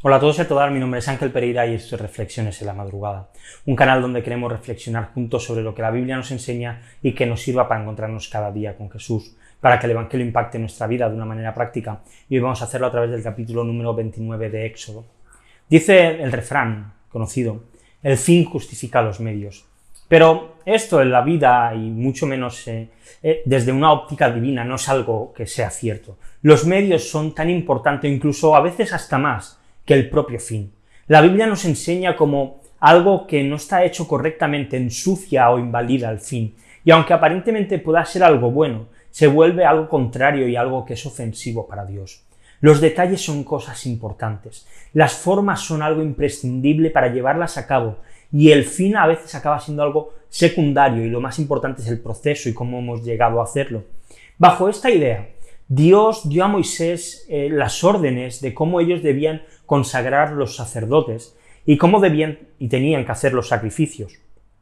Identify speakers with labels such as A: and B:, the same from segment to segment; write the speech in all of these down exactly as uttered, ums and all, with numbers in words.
A: Hola a todos y a todas, mi nombre es Ángel Pereira y esto es Reflexiones en la Madrugada, un canal donde queremos reflexionar juntos sobre lo que la Biblia nos enseña y que nos sirva para encontrarnos cada día con Jesús, para que el Evangelio impacte nuestra vida de una manera práctica, y hoy vamos a hacerlo a través del capítulo número veintinueve de Éxodo. Dice el refrán conocido: el fin justifica los medios. Pero esto en la vida, y mucho menos eh, eh, desde una óptica divina, no es algo que sea cierto. Los medios son tan importantes, incluso a veces hasta más, que el propio fin. La Biblia nos enseña como algo que no está hecho correctamente ensucia o invalida el fin, y aunque aparentemente pueda ser algo bueno, se vuelve algo contrario y algo que es ofensivo para Dios. Los detalles son cosas importantes, las formas son algo imprescindible para llevarlas a cabo, y el fin a veces acaba siendo algo secundario, y lo más importante es el proceso y cómo hemos llegado a hacerlo. Bajo esta idea, Dios dio a Moisés eh, las órdenes de cómo ellos debían consagrar los sacerdotes y cómo debían y tenían que hacer los sacrificios.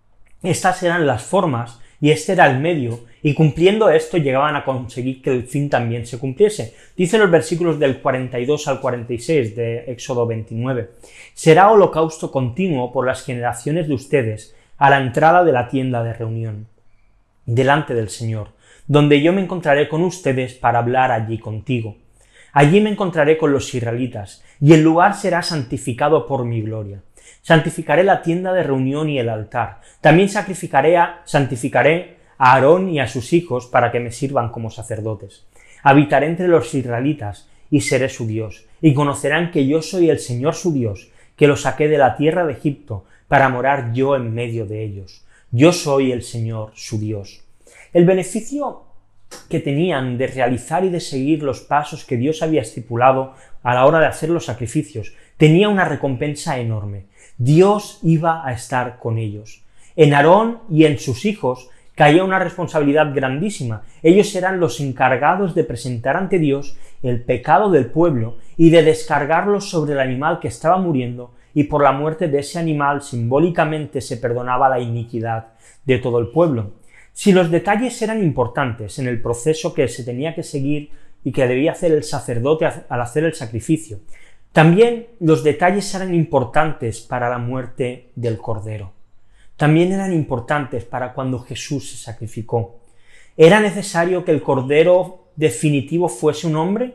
A: Estas eran las formas y este era el medio, y cumpliendo esto llegaban a conseguir que el fin también se cumpliese. Dicen los versículos del cuarenta y dos al cuarenta y seis de Éxodo veintinueve: será holocausto continuo por las generaciones de ustedes a la entrada de la tienda de reunión, delante del Señor, donde yo me encontraré con ustedes para hablar allí contigo. Allí me encontraré con los israelitas, y el lugar será santificado por mi gloria. Santificaré la tienda de reunión y el altar. También sacrificaré a, santificaré a Aarón y a sus hijos para que me sirvan como sacerdotes. Habitaré entre los israelitas y seré su Dios, y conocerán que yo soy el Señor su Dios, que los saqué de la tierra de Egipto para morar yo en medio de ellos. Yo soy el Señor su Dios. El beneficio que tenían de realizar y de seguir los pasos que Dios había estipulado a la hora de hacer los sacrificios tenía una recompensa enorme. Dios iba a estar con ellos. En Aarón y en sus hijos caía una responsabilidad grandísima. Ellos eran los encargados de presentar ante Dios el pecado del pueblo y de descargarlo sobre el animal que estaba muriendo, y por la muerte de ese animal simbólicamente se perdonaba la iniquidad de todo el pueblo. Si los detalles eran importantes en el proceso que se tenía que seguir y que debía hacer el sacerdote al hacer el sacrificio, también los detalles eran importantes para la muerte del Cordero. También eran importantes para cuando Jesús se sacrificó. ¿Era necesario que el Cordero definitivo fuese un hombre?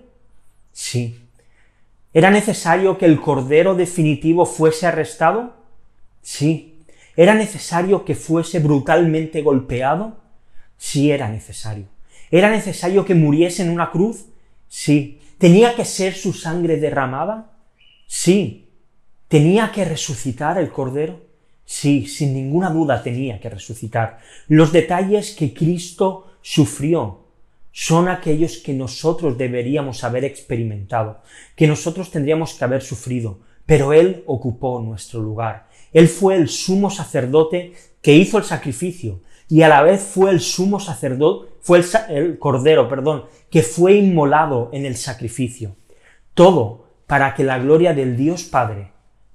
A: Sí. ¿Era necesario que el Cordero definitivo fuese arrestado? Sí. ¿Era necesario que fuese brutalmente golpeado? Sí, era necesario. ¿Era necesario que muriese en una cruz? Sí. ¿Tenía que ser su sangre derramada? Sí. ¿Tenía que resucitar el Cordero? Sí, sin ninguna duda tenía que resucitar. Los detalles que Cristo sufrió son aquellos que nosotros deberíamos haber experimentado, que nosotros tendríamos que haber sufrido, pero Él ocupó nuestro lugar. Él fue el sumo sacerdote que hizo el sacrificio, y a la vez fue el sumo sacerdote, fue el, el cordero, perdón, que fue inmolado en el sacrificio. Todo para que la gloria del Dios Padre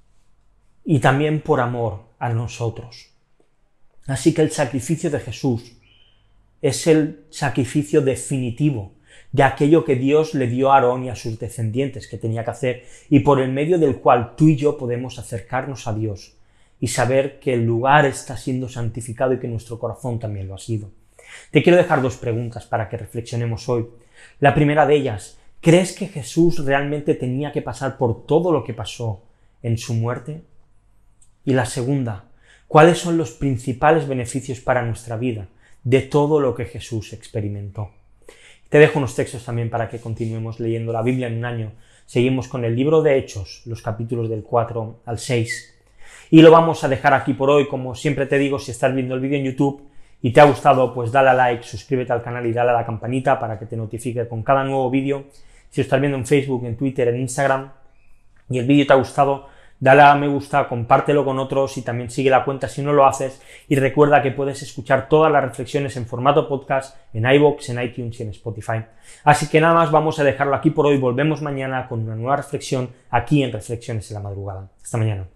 A: y también por amor a nosotros. Así que el sacrificio de Jesús es el sacrificio definitivo de aquello que Dios le dio a Aarón y a sus descendientes que tenía que hacer, y por el medio del cual tú y yo podemos acercarnos a Dios y saber que el lugar está siendo santificado y que nuestro corazón también lo ha sido. Te quiero dejar dos preguntas para que reflexionemos hoy. La primera de ellas: ¿crees que Jesús realmente tenía que pasar por todo lo que pasó en su muerte? Y la segunda: ¿cuáles son los principales beneficios para nuestra vida de todo lo que Jesús experimentó? Te dejo unos textos también para que continuemos leyendo la Biblia en un año. Seguimos con el libro de Hechos, los capítulos del cuatro al seis. Y lo vamos a dejar aquí por hoy. Como siempre te digo, si estás viendo el vídeo en YouTube y te ha gustado, pues dale a like, suscríbete al canal y dale a la campanita para que te notifique con cada nuevo vídeo. Si lo estás viendo en Facebook, en Twitter, en Instagram y el vídeo te ha gustado, dale a me gusta, compártelo con otros y también sigue la cuenta si no lo haces. Y recuerda que puedes escuchar todas las reflexiones en formato podcast en iVoox, en iTunes y en Spotify. Así que nada más, vamos a dejarlo aquí por hoy. Volvemos mañana con una nueva reflexión aquí en Reflexiones en la Madrugada. Hasta mañana.